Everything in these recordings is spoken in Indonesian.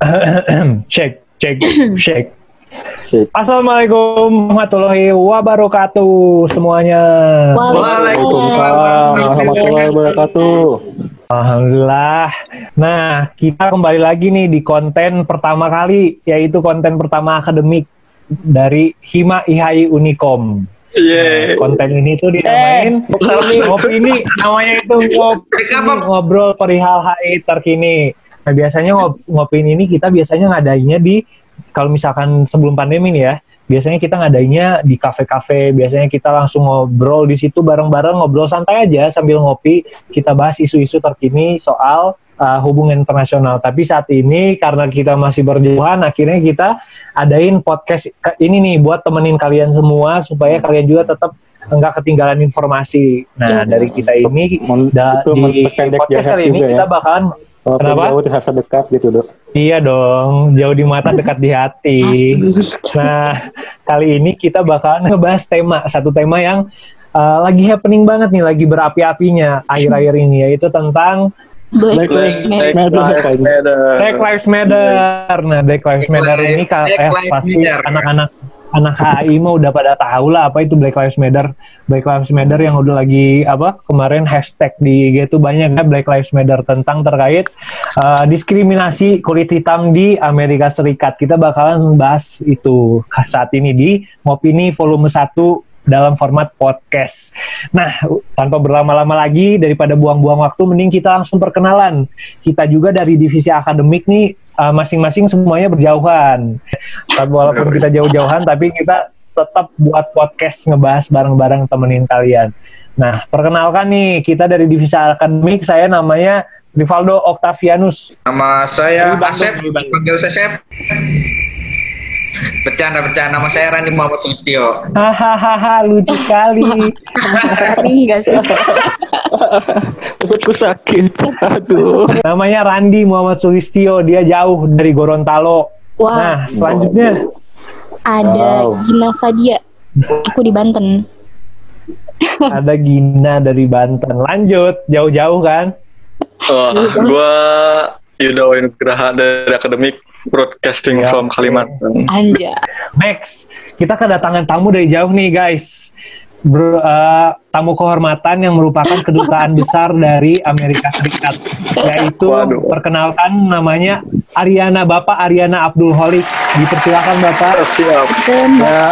Cek. Assalamualaikum warahmatullahi wabarakatuh semuanya. Waalaikumsalam warahmatullahi wabarakatuh. Alhamdulillah. Nah, kita kembali lagi nih di konten pertama kali, yaitu konten pertama akademik dari Hima IHI Unikom. Nah, konten ini tuh dinamain ngopi ini namanya itu ngobrol perihal HI terkini. Nah, biasanya ngopiin ini kita biasanya ngadainnya di, kalau misalkan sebelum pandemi nih ya, biasanya kita ngadainnya di kafe-kafe, biasanya kita langsung ngobrol di situ bareng-bareng, ngobrol santai aja sambil ngopi, kita bahas isu-isu terkini soal hubungan internasional. Tapi saat ini karena kita masih berjauhan, akhirnya kita adain podcast ini nih buat temenin kalian semua supaya kalian juga tetap enggak ketinggalan informasi. Nah, dari kita ini di podcast kali ini kita bakalan kenapa? Jauh terasa dekat gitu, Dok. Iya dong, jauh di mata dekat di hati. Nah, kali ini kita bakalan ngebahas satu tema yang lagi happening banget nih, lagi berapi-apinya akhir-akhir ini, yaitu tentang Black Lives Matter. Nah, Black Lives Matter ini pasti anak HI mah udah pada tahu lah apa itu Black Lives Matter. Black Lives Matter yang udah lagi kemarin hashtag di IG itu banyak kan, Black Lives Matter, tentang terkait diskriminasi kulit hitam di Amerika Serikat. Kita bakalan bahas itu saat ini di Ngopini volume 1 dalam format podcast. Nah, tanpa berlama-lama lagi, daripada buang-buang waktu, mending kita langsung perkenalan. Kita juga dari divisi akademik nih, masing-masing semuanya berjauhan. Walaupun kita jauh-jauhan, tapi kita tetap buat podcast ngebahas bareng-bareng temenin kalian. Nah, perkenalkan nih, kita dari divisi akademik, saya namanya Rivaldo Octavianus. Nama saya Asep, panggil Sesep. Bercanda, nama saya Randi Muhammad Sulistyo. Hahaha, lucu sekali. Enggak sih. Perutku sakit. Aduh. Namanya Randi Muhammad Sulistyo, dia jauh dari Gorontalo. Wah. Nah, selanjutnya ada Gina Fadia. Aku di Banten. Ada Gina dari Banten. Lanjut, jauh-jauh kan? Gua Yuda Nugraha dari akademik broadcasting from Kalimantan. Anja. Max, kita kedatangan tamu dari jauh nih guys. Tamu kehormatan yang merupakan kedutaan besar dari Amerika Serikat, yaitu perkenalkan namanya Bapak Ariana Abdul Holik. Dipersilakan Bapak. Siap. Ya,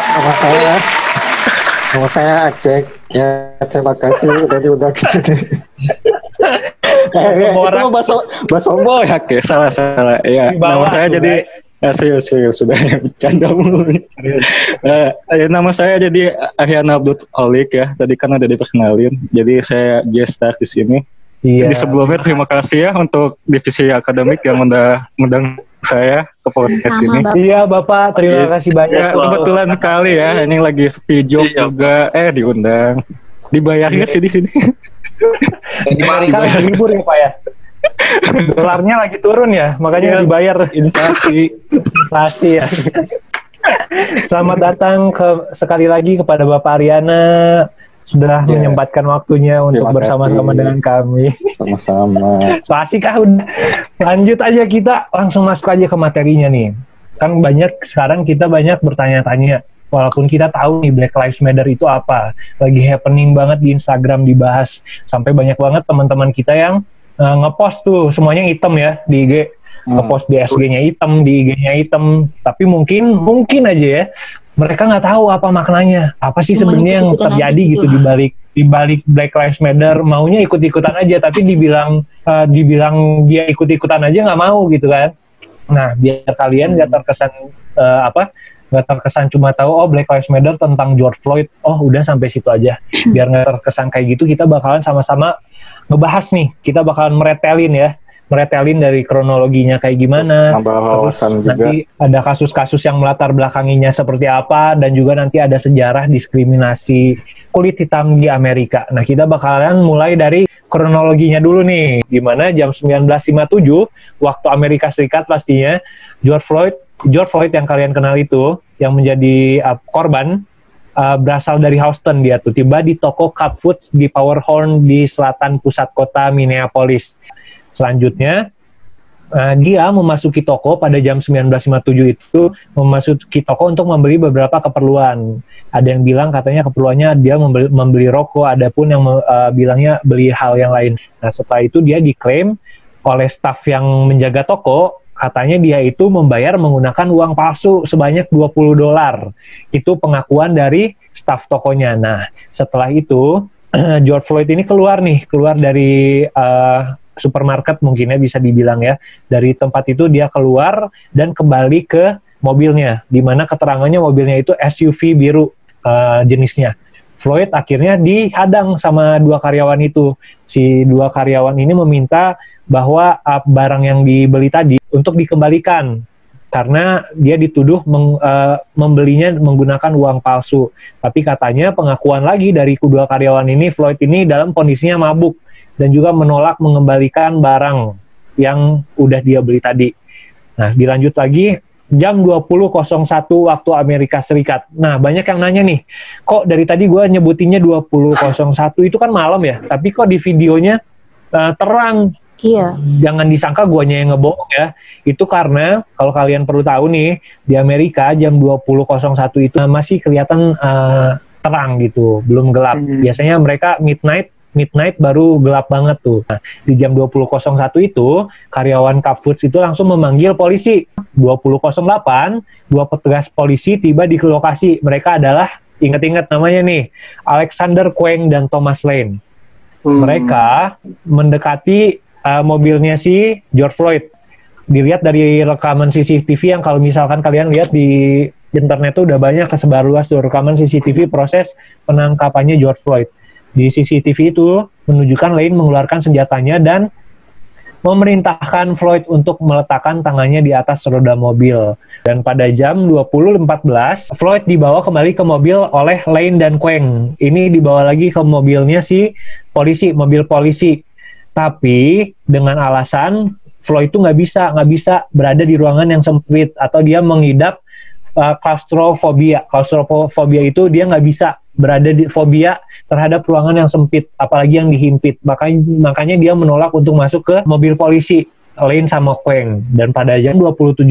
nama saya Aceh. Ya, terima kasih udah diundang ke sini. Itu bahasa boy ya, salah. Ya, nama saya jadi serius sudah bercanda mulu. Nama saya jadi Ariana Abdul Holik ya. Tadi kan udah diperkenalin. Jadi saya guest star di sini. Iya. Jadi sebelumnya terima kasih ya untuk divisi akademik yang udah mengundang saya ke podcast ini. Bapak. Iya Bapak, terima kasih banyak. Ya, kebetulan sekali ya, ini lagi sepi job juga, diundang. Dibayarnya sih di sini. Dibayar libur ya Pak ya. Dolarnya lagi turun ya, makanya dibayar inflasi ya. Selamat datang sekali lagi kepada Bapak Ariana, sudah menyempatkan waktunya untuk bersama-sama dengan kami. Sama-sama. So asik udah. Lanjut aja, kita langsung masuk aja ke materinya nih. Kan sekarang kita banyak bertanya-tanya. Walaupun kita tahu nih Black Lives Matter itu apa, lagi happening banget di Instagram dibahas, sampai banyak banget teman-teman kita yang ngepost tuh semuanya hitam ya di IG, ngepost di SG-nya hitam, di IG-nya hitam, tapi mungkin aja ya mereka nggak tahu apa maknanya, apa sih sebenarnya yang terjadi gitu di balik Black Lives Matter. Maunya ikut-ikutan aja, tapi dibilang dia ikut-ikutan aja nggak mau gitu kan. Nah, biar kalian nggak terkesan nggak terkesan cuma tahu Black Lives Matter tentang George Floyd, udah sampai situ aja. Biar nggak terkesan kayak gitu, kita bakalan sama-sama ngebahas nih, kita bakalan meretelin dari kronologinya kayak gimana, terus nanti ada kasus-kasus yang melatar belakanginya seperti apa, dan juga nanti ada sejarah diskriminasi kulit hitam di Amerika. Nah, kita bakalan mulai dari kronologinya dulu nih, dimana jam 19.57 waktu Amerika Serikat pastinya, George Floyd yang kalian kenal itu, yang menjadi korban, berasal dari Houston. Dia tuh tiba di toko Cup Foods di Powerhorn di selatan pusat kota Minneapolis. Selanjutnya Dia memasuki toko pada jam 19.57 itu, memasuki toko untuk membeli beberapa keperluan. Ada yang bilang katanya keperluannya dia membeli rokok, ada pun yang bilangnya beli hal yang lain. Nah, setelah itu dia diklaim oleh staf yang menjaga toko, katanya dia itu membayar menggunakan uang palsu sebanyak $20. Itu pengakuan dari staf tokonya. Nah, setelah itu George Floyd ini keluar dari supermarket mungkin ya bisa dibilang ya. Dari tempat itu dia keluar dan kembali ke mobilnya, di mana keterangannya mobilnya itu SUV biru jenisnya. Floyd akhirnya dihadang sama 2 karyawan itu. Si 2 karyawan ini meminta bahwa barang yang dibeli tadi untuk dikembalikan karena dia dituduh membelinya menggunakan uang palsu. Tapi katanya pengakuan lagi dari kedua karyawan ini, Floyd ini dalam kondisinya mabuk dan juga menolak mengembalikan barang yang udah dia beli tadi. Nah, dilanjut lagi jam 20.01 waktu Amerika Serikat. Nah, banyak yang nanya nih, kok dari tadi gue nyebutinnya 20.01 itu kan malam ya, tapi kok di videonya terang? Iya. Jangan disangka guanya yang ngebohong ya. Itu karena kalau kalian perlu tahu nih, di Amerika jam 20.01 itu masih kelihatan terang gitu, belum gelap. Biasanya mereka midnight baru gelap banget tuh. Nah, di jam 20.01 itu, karyawan Cup Foods itu langsung memanggil polisi. 20.08, 2 petugas polisi tiba di lokasi. Mereka adalah, ingat-ingat namanya nih, Alexander Kueng dan Thomas Lane. Mereka mendekati mobilnya si George Floyd. Dilihat dari rekaman CCTV yang kalau misalkan kalian lihat di internet tuh udah banyak kesebar luas tuh rekaman CCTV proses penangkapannya George Floyd. Di CCTV itu menunjukkan Lane mengeluarkan senjatanya dan memerintahkan Floyd untuk meletakkan tangannya di atas roda mobil. Dan pada jam 20.14, Floyd dibawa kembali ke mobil oleh Lane dan Kueng. Ini dibawa lagi ke mobilnya si polisi, mobil polisi. Tapi dengan alasan Floyd itu nggak bisa berada di ruangan yang sempit atau dia mengidap klaustrofobia. Klaustrofobia itu dia nggak bisa berada di fobia terhadap ruangan yang sempit, apalagi yang dihimpit. Makanya dia menolak untuk masuk ke mobil polisi, Lane sama Kueng. Dan pada jam 20.17,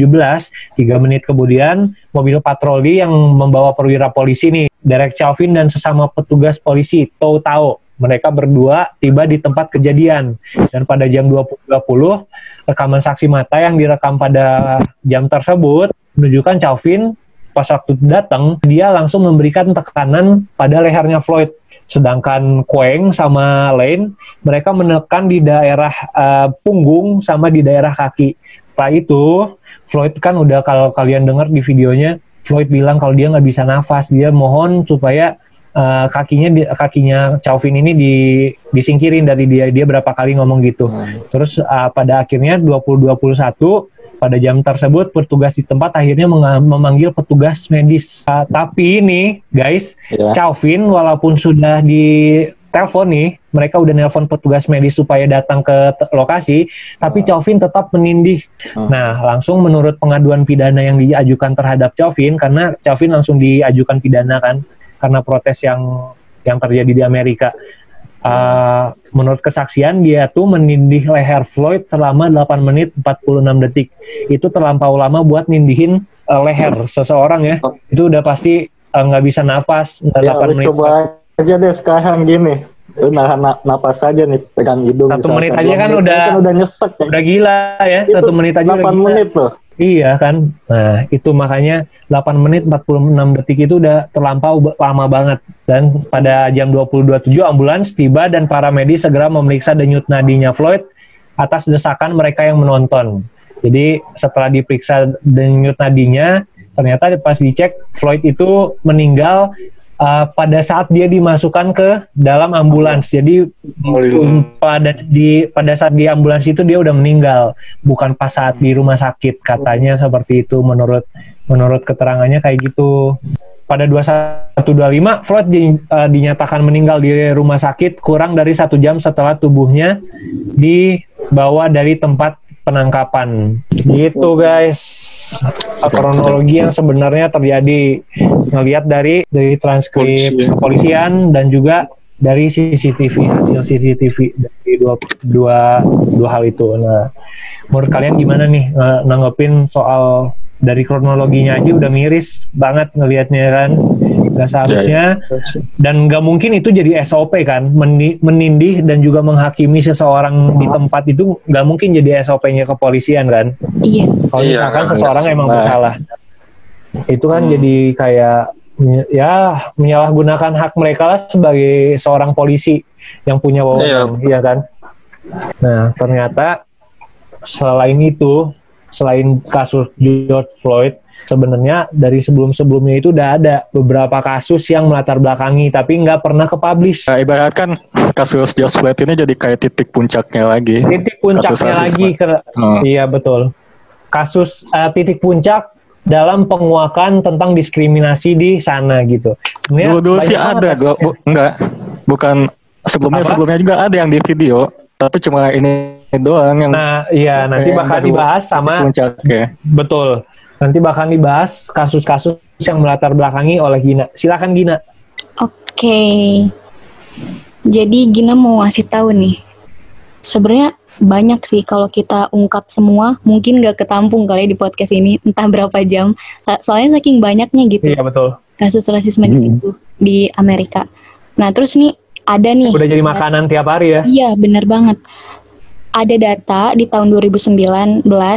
3 menit kemudian, mobil patroli yang membawa perwira polisi nih, Derek Chauvin dan sesama petugas polisi, Tou Tao, mereka berdua tiba di tempat kejadian. Dan pada jam 20.20, rekaman saksi mata yang direkam pada jam tersebut menunjukkan Chauvin pas waktu datang, dia langsung memberikan tekanan pada lehernya Floyd. Sedangkan Kueng sama Lane, mereka menekan di daerah punggung sama di daerah kaki. Setelah itu, Floyd kan udah, kalau kalian dengar di videonya, Floyd bilang kalau dia nggak bisa nafas. Dia mohon supaya kakinya Chauvin ini disingkirin dari dia. Dia berapa kali ngomong gitu. Terus pada akhirnya 20.21, pada jam tersebut, petugas di tempat akhirnya memanggil petugas medis. Tapi ini, guys, Chauvin walaupun sudah ditelepon nih, mereka udah nelpon petugas medis supaya datang ke lokasi, tapi Chauvin tetap menindih. Nah, langsung menurut pengaduan pidana yang diajukan terhadap Chauvin, karena Chauvin langsung diajukan pidana kan, karena protes yang terjadi di Amerika. Menurut kesaksian, dia tuh menindih leher Floyd selama 8 menit 46 detik. Itu terlampau lama buat nindihin leher seseorang ya. Itu udah pasti nggak bisa nafas 8 menit. Coba aja deh sekarang gini. Lu nahan napas aja nih, pegang hidung. 1 menit aja kan udah nyesek. Udah gila ya, 1 menit aja 8 menit loh. Iya kan. Nah, itu makanya 8 menit 46 detik itu udah terlampau lama banget. Dan pada jam 20.27 ambulans tiba dan para medis segera memeriksa denyut nadinya Floyd atas desakan mereka yang menonton. Jadi setelah diperiksa denyut nadinya, ternyata pas dicek Floyd itu meninggal pada saat dia dimasukkan ke dalam ambulans. Jadi pada saat di ambulans itu dia udah meninggal, bukan pas saat di rumah sakit, katanya seperti itu menurut keterangannya kayak gitu. Pada 21.25 Floyd dinyatakan meninggal di rumah sakit kurang dari 1 jam setelah tubuhnya dibawa dari tempat penangkapan. Gitu guys, kronologi yang sebenarnya terjadi, ngelihat dari transkrip kepolisian dan juga dari hasil CCTV dari dua hal itu. Nah, menurut kalian gimana nih nanggepin soal dari kronologinya aja udah miris banget ngelihatnya kan, nggak seharusnya dan nggak mungkin itu jadi SOP kan, menindih dan juga menghakimi seseorang di tempat itu nggak mungkin jadi SOP-nya kepolisian kan. Iya. Kalau misalkan seseorang emang bersalah, itu kan jadi kayak ya menyalahgunakan hak mereka lah sebagai seorang polisi yang punya wewenang, iya kan. Nah ternyata selain kasus George Floyd, sebenarnya dari sebelum-sebelumnya itu udah ada beberapa kasus yang melatar belakangi tapi nggak pernah ke-publish. Ibaratkan kasus George Floyd ini jadi kayak titik puncaknya lagi. Iya betul. Kasus titik puncak dalam penguakan tentang diskriminasi di sana gitu. Dulu sih ada, bukan sebelumnya juga ada yang di video, tapi cuma ini doang yang. Nah, iya nanti bakal dibahas sama. Betul. Nanti bakal dibahas kasus-kasus yang melatar belakangi oleh Gina. Silakan Gina. Oke. Jadi Gina mau ngasih tahu nih. Sebenarnya banyak sih kalau kita ungkap semua, mungkin nggak ketampung kali di podcast ini, entah berapa jam. Soalnya saking banyaknya gitu. Iya betul. Kasus rasisme di situ di Amerika. Nah terus nih ada nih. Udah jadi makanan tiap hari ya? Iya benar banget. Ada data di tahun 2019.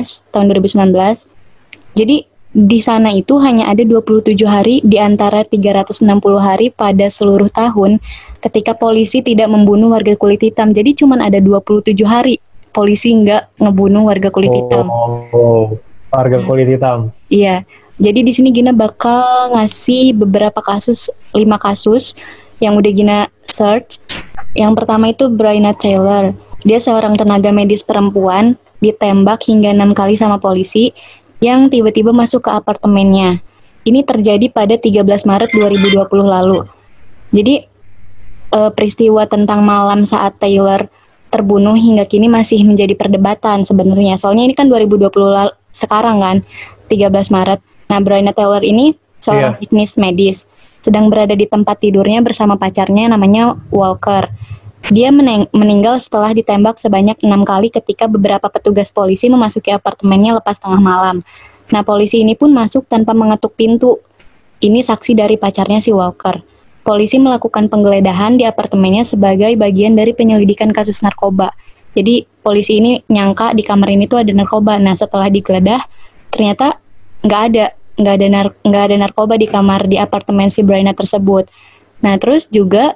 Jadi di sana itu hanya ada 27 hari di antara 360 hari pada seluruh tahun ketika polisi tidak membunuh warga kulit hitam. Jadi cuma ada 27 hari polisi nggak ngebunuh warga kulit hitam. Warga kulit hitam. Iya. Jadi di sini Gina bakal ngasih beberapa kasus, 5 kasus yang udah Gina search. Yang pertama itu Breonna Taylor. Dia seorang tenaga medis perempuan ditembak hingga 6 kali sama polisi yang tiba-tiba masuk ke apartemennya. Ini terjadi pada 13 Maret 2020 lalu. Jadi peristiwa tentang malam saat Taylor terbunuh hingga kini masih menjadi perdebatan sebenarnya. Soalnya ini kan 2020 sekarang kan, 13 Maret. Nah, Breonna Taylor ini seorang teknis medis, sedang berada di tempat tidurnya bersama pacarnya namanya Walker. Dia meninggal setelah ditembak sebanyak 6 kali ketika beberapa petugas polisi memasuki apartemennya lepas tengah malam. Nah, polisi ini pun masuk tanpa mengetuk pintu. Ini saksi dari pacarnya si Walker. Polisi melakukan penggeledahan di apartemennya sebagai bagian dari penyelidikan kasus narkoba. Jadi, polisi ini nyangka di kamar ini tuh ada narkoba. Nah, setelah digeledah, ternyata nggak ada narkoba di kamar di apartemen si Breonna tersebut. Nah, terus juga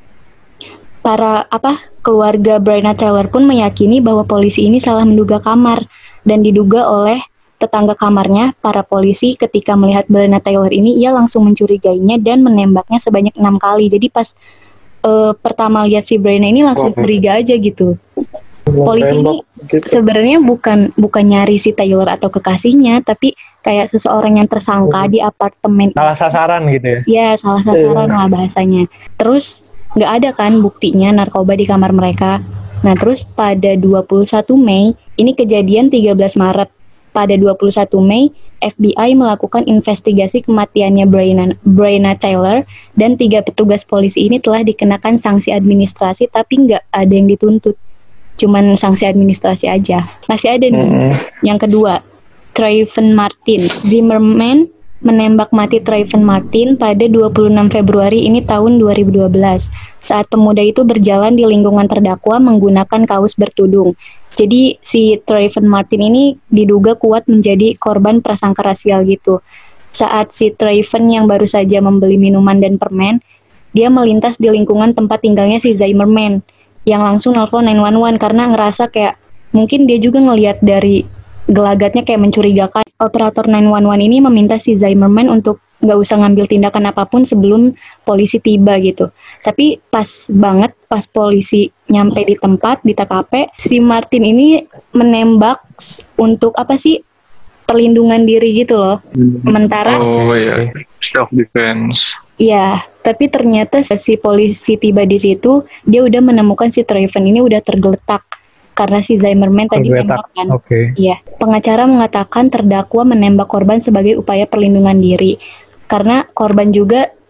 keluarga Breonna Taylor pun meyakini bahwa polisi ini salah menduga kamar dan diduga oleh tetangga kamarnya. Para polisi ketika melihat Breonna Taylor ini, ia langsung mencurigainya dan menembaknya sebanyak 6 kali. Jadi pas pertama lihat si Breonna ini langsung curiga aja gitu. Polisi ini sebenarnya bukan nyari si Taylor atau kekasihnya, tapi kayak seseorang yang tersangka di apartemen. Salah sasaran gitu ya? Iya, salah sasaran lah bahasanya. Terus nggak ada kan buktinya narkoba di kamar mereka. Nah terus pada 21 Mei, ini kejadian 13 Maret. Pada 21 Mei, FBI melakukan investigasi kematiannya Breonna Taylor dan 3 petugas polisi ini telah dikenakan sanksi administrasi tapi nggak ada yang dituntut. Cuman sanksi administrasi aja. Masih ada nih. Yang kedua, Trayvon Martin. Zimmerman menembak mati Trayvon Martin pada 26 Februari ini tahun 2012 saat pemuda itu berjalan di lingkungan terdakwa menggunakan kaos bertudung. Jadi si Trayvon Martin ini diduga kuat menjadi korban prasangka rasial gitu. Saat si Trayvon yang baru saja membeli minuman dan permen, dia melintas di lingkungan tempat tinggalnya si Zimmerman yang langsung nelpon 911 karena ngerasa kayak mungkin dia juga ngelihat dari gelagatnya kayak mencurigakan. Operator 911 ini meminta si Zimmerman untuk nggak usah ngambil tindakan apapun sebelum polisi tiba gitu. Tapi pas polisi nyampe di tempat, di TKP, si Martin ini menembak untuk perlindungan diri gitu loh. Sementara self defense. Iya, tapi ternyata si polisi tiba di situ, dia udah menemukan si Trayvon ini udah tergeletak. Karena si Zimmerman tadi menembak kan. Iya. Pengacara mengatakan terdakwa menembak korban sebagai upaya perlindungan diri. Karena korban juga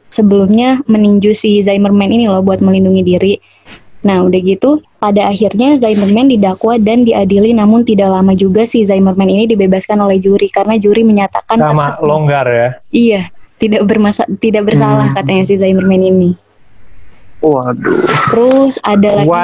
sebelumnya meninju si Zimmerman ini loh buat melindungi diri. Nah udah gitu pada akhirnya Zimmerman didakwa dan diadili, namun tidak lama juga si Zimmerman ini dibebaskan oleh juri karena juri menyatakan sama longgar ya. Iya, tidak bersalah katanya si Zimmerman ini. Waduh. Terus ada lagi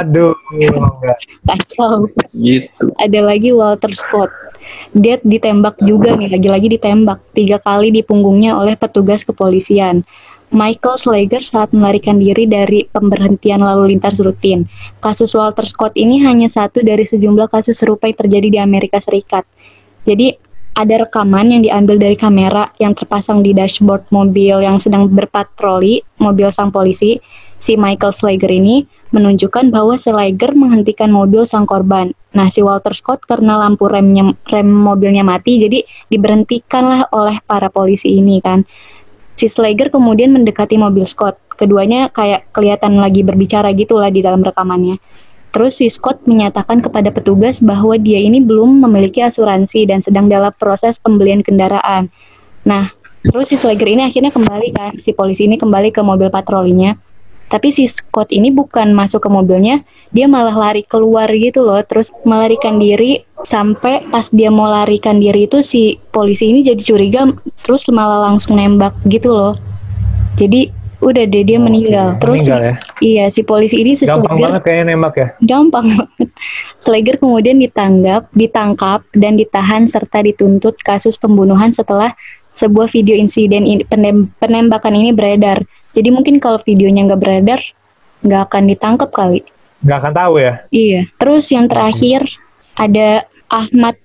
kacau. Gitu. Ada lagi Walter Scott. Dia ditembak juga nih, lagi-lagi ditembak 3 kali di punggungnya oleh petugas kepolisian. Michael Slager saat melarikan diri dari pemberhentian lalu lintas rutin. Kasus Walter Scott ini hanya satu dari sejumlah kasus serupa yang terjadi di Amerika Serikat. Jadi ada rekaman yang diambil dari kamera yang terpasang di dashboard mobil yang sedang berpatroli, mobil sang polisi. Si Michael Slager ini menunjukkan bahwa Slager menghentikan mobil sang korban. Nah, si Walter Scott karena lampu rem mobilnya mati, jadi diberhentikanlah oleh para polisi ini kan. Si Slager kemudian mendekati mobil Scott. Keduanya kayak kelihatan lagi berbicara gitulah di dalam rekamannya. Terus si Scott menyatakan kepada petugas bahwa dia ini belum memiliki asuransi dan sedang dalam proses pembelian kendaraan. Nah, terus si Slager ini akhirnya kembali kan, si polisi ini kembali ke mobil patrolinya. Tapi si Scott ini bukan masuk ke mobilnya, dia malah lari keluar gitu loh, terus melarikan diri. Sampai pas dia mau larikan diri itu si polisi ini jadi curiga, terus malah langsung nembak gitu loh. Jadi udah deh dia meninggal. Terus meninggal, ya? Iya, si polisi ini gampang banget kayaknya nembak ya. Gampang banget. Slager kemudian ditangkap dan ditahan serta dituntut kasus pembunuhan setelah sebuah video insiden penembakan ini beredar. Jadi mungkin kalau videonya nggak beredar, nggak akan ditangkap kali. Nggak akan tahu ya. Iya. Terus yang terakhir ada Ahmad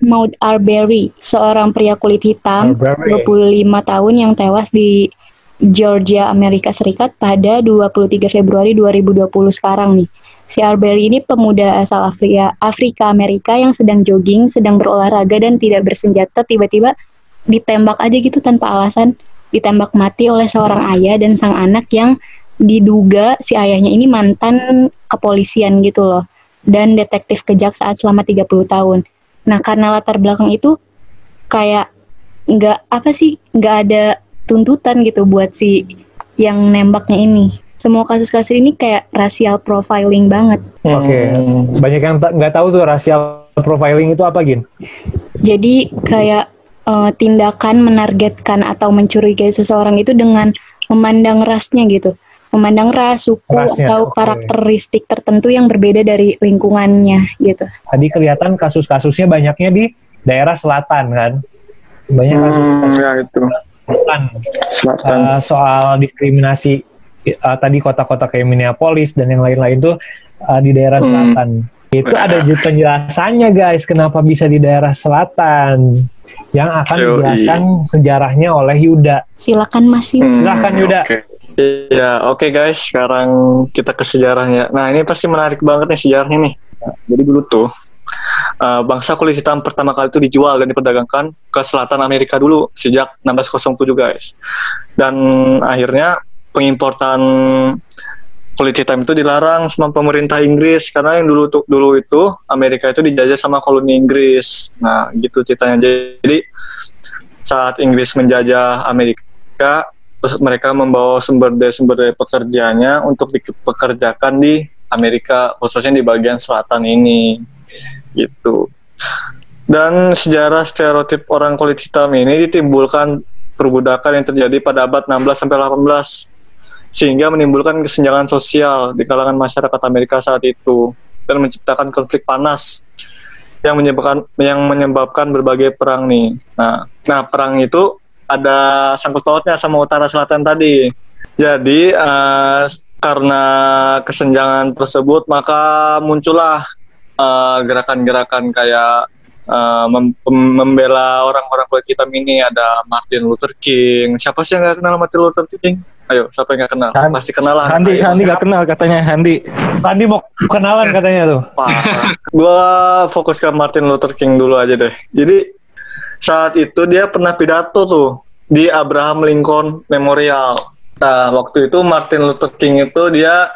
Arbery, seorang pria kulit hitam, 25 tahun yang tewas di Georgia, Amerika Serikat pada 23 Februari 2020 sekarang nih. Si Arbery ini pemuda asal Afrika Amerika yang sedang jogging, sedang berolahraga dan tidak bersenjata, tiba-tiba ditembak aja gitu tanpa alasan. Ditembak mati oleh seorang ayah dan sang anak yang diduga si ayahnya ini mantan kepolisian gitu loh, dan detektif kejaksaan selama 30 tahun. Nah karena latar belakang itu kayak nggak ada tuntutan gitu buat si yang nembaknya ini. Semua kasus-kasus ini kayak racial profiling banget. Oke. Banyak yang nggak tahu tuh racial profiling itu apa, Gin? Jadi kayak tindakan menargetkan atau mencurigai seseorang itu dengan memandang rasnya gitu, memandang ras, suku rasnya, atau karakteristik tertentu yang berbeda dari lingkungannya gitu. Tadi kelihatan kasus-kasusnya banyaknya di daerah selatan kan, banyak kasus-kasus ya itu. Selatan. Soal diskriminasi tadi kota-kota kayak Minneapolis dan yang lain-lain tuh di daerah selatan. Itu ada penjelasannya guys, kenapa bisa di daerah selatan. Yang akan dijelaskan sejarahnya oleh Yuda. Silakan Mas Yuda. Silakan Yuda. Oke guys, sekarang kita ke sejarahnya. Nah ini pasti menarik banget nih sejarahnya nih. Jadi dulu tuh bangsa kulit hitam pertama kali itu dijual dan diperdagangkan ke selatan Amerika dulu sejak 1607 guys. Dan akhirnya pengimportan kulit hitam itu dilarang sama pemerintah Inggris karena yang dulu itu Amerika itu dijajah sama koloni Inggris. Nah, gitu ceritanya. Jadi saat Inggris menjajah Amerika, terus mereka membawa sumber daya pekerjaannya untuk dipekerjakan di Amerika, khususnya di bagian selatan ini. Gitu. Dan sejarah stereotip orang kulit hitam ini ditimbulkan perbudakan yang terjadi pada abad 16 sampai 18. Sehingga menimbulkan kesenjangan sosial di kalangan masyarakat Amerika saat itu dan menciptakan konflik panas yang menyebabkan berbagai perang nih. Nah perang itu ada sangkut pautnya sama utara selatan tadi. Jadi karena kesenjangan tersebut maka muncullah gerakan-gerakan kayak membela orang-orang kulit hitam ini. Ada Martin Luther King. Siapa sih yang nggak kenal Martin Luther King? Ayo, siapa yang nggak kenal? Pasti kenal lah. Handi nggak kenal katanya. Handi mau kenalan katanya tuh. Gua fokus ke Martin Luther King dulu aja deh. Jadi saat itu dia pernah pidato tuh di Abraham Lincoln Memorial. Nah, waktu itu Martin Luther King itu dia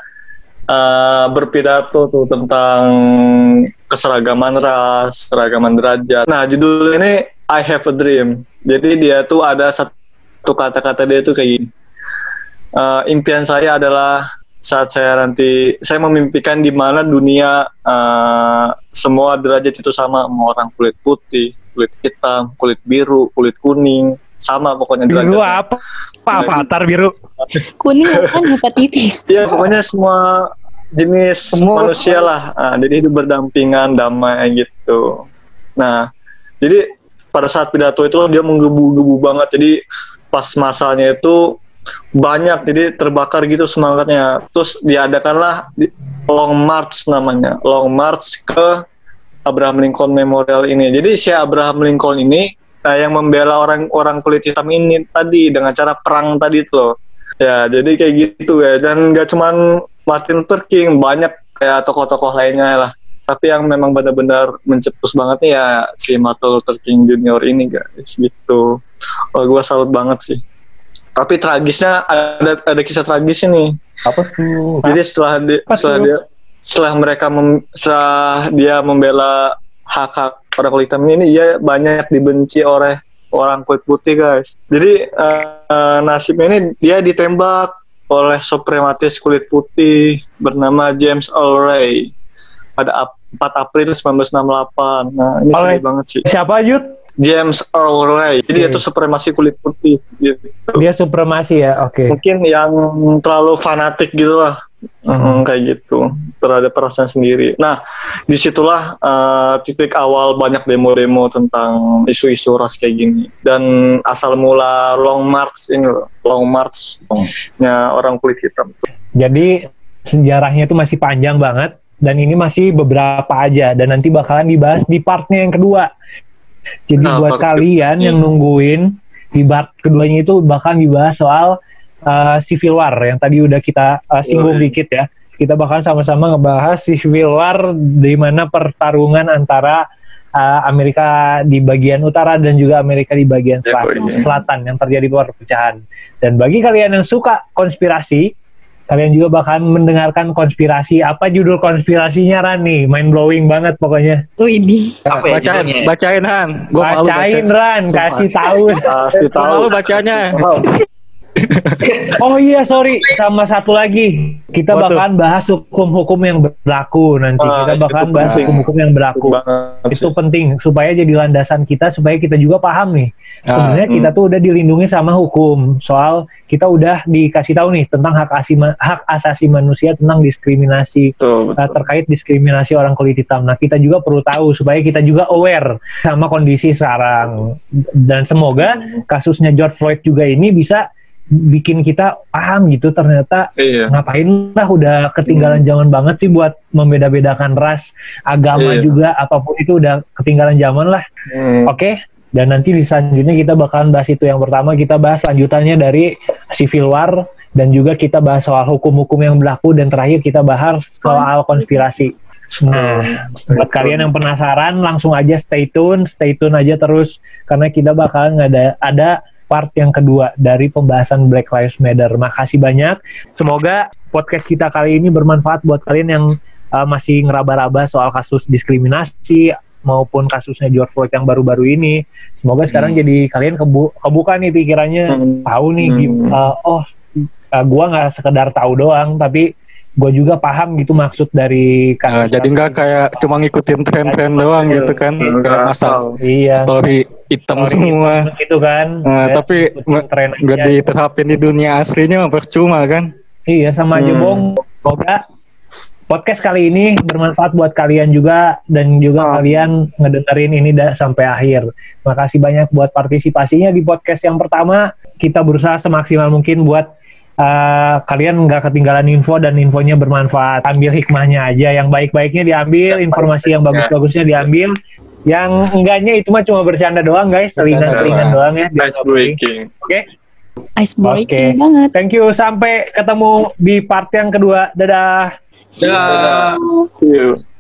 berpidato tuh tentang keseragaman ras, seragaman derajat. Nah, judul ini I Have a Dream. Jadi dia tuh ada satu kata-kata dia tuh kayak gini. impian saya adalah saat saya memimpikan di mana dunia semua derajat itu sama, mau orang kulit putih, kulit hitam, kulit biru, kulit kuning, sama pokoknya derajatnya. Biru apa? Avatar biru. Kuning kan hepatitis. Iya, pokoknya semua jenis manusia lah. Jadi hidup berdampingan, damai gitu. Nah, jadi pada saat pidato itu dia menggebu-gebu banget. Jadi pas masanya itu banyak, jadi terbakar gitu semangatnya. Terus diadakanlah Long March namanya, Long March ke Abraham Lincoln Memorial ini. Jadi si Abraham Lincoln ini yang membela orang kulit hitam ini tadi dengan cara perang tadi itu loh. Ya, jadi kayak gitu ya. Dan nggak cuman Martin Luther King, banyak kayak tokoh-tokoh lainnya lah. Tapi yang memang benar-benar mencetus banget nih ya si Martin Luther King Junior ini guys gitu. Gue salut banget sih. Tapi tragisnya ada kisah tragis nih. Apa tuh? Jadi setelah dia membela hak-hak orang kulit hitam ini, dia banyak dibenci oleh orang kulit putih guys. Jadi nasibnya ini dia ditembak oleh suprematis kulit putih bernama James Earl Ray pada 4 April 1968. Nah ini sedih banget sih. Siapa Yud? James Earl Ray. Jadi dia tuh supremasi kulit putih gitu. Dia supremasi ya, oke. Mungkin yang terlalu fanatik gitu lah. Kayak gitu terhadap perasaan sendiri. Nah, disitulah titik awal banyak demo-demo tentang isu-isu ras kayak gini. Dan asal mula Long March-nya orang kulit hitam. Jadi sejarahnya itu masih panjang banget dan ini masih beberapa aja dan nanti bakalan dibahas di partnya yang kedua. Jadi buat kalian yang nungguin di part keduanya itu bakal dibahas soal Civil War yang tadi udah kita singgung dikit ya. Kita bakal sama-sama ngebahas Civil War di mana pertarungan antara Amerika di bagian utara dan juga Amerika di bagian selatan yang terjadi perpecahan. Dan bagi kalian yang suka konspirasi, kalian juga bakal mendengarkan konspirasi. Apa judul konspirasinya Ran nih? Mind blowing banget pokoknya. Widih. Apa ya judulnya? Bacain Han. Bacain Ran, kasih tahu. Malu bacanya. Oh iya sorry, sama satu lagi kita bakalan bahas hukum-hukum yang berlaku nanti. Kita bakalan bahas hukum-hukum yang berlaku. Itu penting supaya jadi landasan kita supaya kita juga paham nih. Sebenarnya kita tuh udah dilindungi sama hukum. Soal kita udah dikasih tahu nih tentang hak asasi manusia tentang diskriminasi terkait diskriminasi orang kulit hitam. Nah kita juga perlu tahu supaya kita juga aware sama kondisi sekarang. Dan semoga kasusnya George Floyd juga ini bisa bikin kita paham gitu ternyata ngapain lah udah ketinggalan zaman banget sih buat membeda-bedakan ras, agama juga apapun itu udah ketinggalan zaman lah. Oke. Dan nanti di selanjutnya kita bakalan bahas itu. Yang pertama kita bahas lanjutannya dari Civil War dan juga kita bahas soal hukum-hukum yang berlaku dan terakhir kita bahas soal konspirasi. Nah, buat kalian yang penasaran langsung aja stay tune aja terus karena kita bakalan ada part yang kedua dari pembahasan Black Lives Matter. Makasih banyak. Semoga podcast kita kali ini bermanfaat buat kalian yang masih ngeraba-raba soal kasus diskriminasi maupun kasusnya George Floyd yang baru-baru ini. Semoga sekarang jadi kalian kebuka nih pikirannya, tahu nih gua nggak sekedar tahu doang, tapi gue juga paham gitu maksud dari kasus. Jadi nggak kayak cuma ngikutin tren-tren doang gitu kan, asal story hitam semua gitu kan. Tapi nggak diterapin di dunia aslinya percuma kan. Iya sama aja bohong. Semoga podcast kali ini bermanfaat buat kalian juga dan juga kalian ngedengerin ini sampai akhir. Makasih banyak buat partisipasinya di podcast yang pertama. Kita berusaha semaksimal mungkin buat kalian nggak ketinggalan info dan infonya bermanfaat. Ambil hikmahnya aja, yang baik-baiknya diambil, informasi yang bagus-bagusnya diambil, yang enggaknya itu mah cuma bercanda doang guys, selingan-selingan doang ya. Ice breaking. Oke. Ice breaking banget. Thank you, sampai ketemu di part yang kedua. Dadah. Dadah. See you.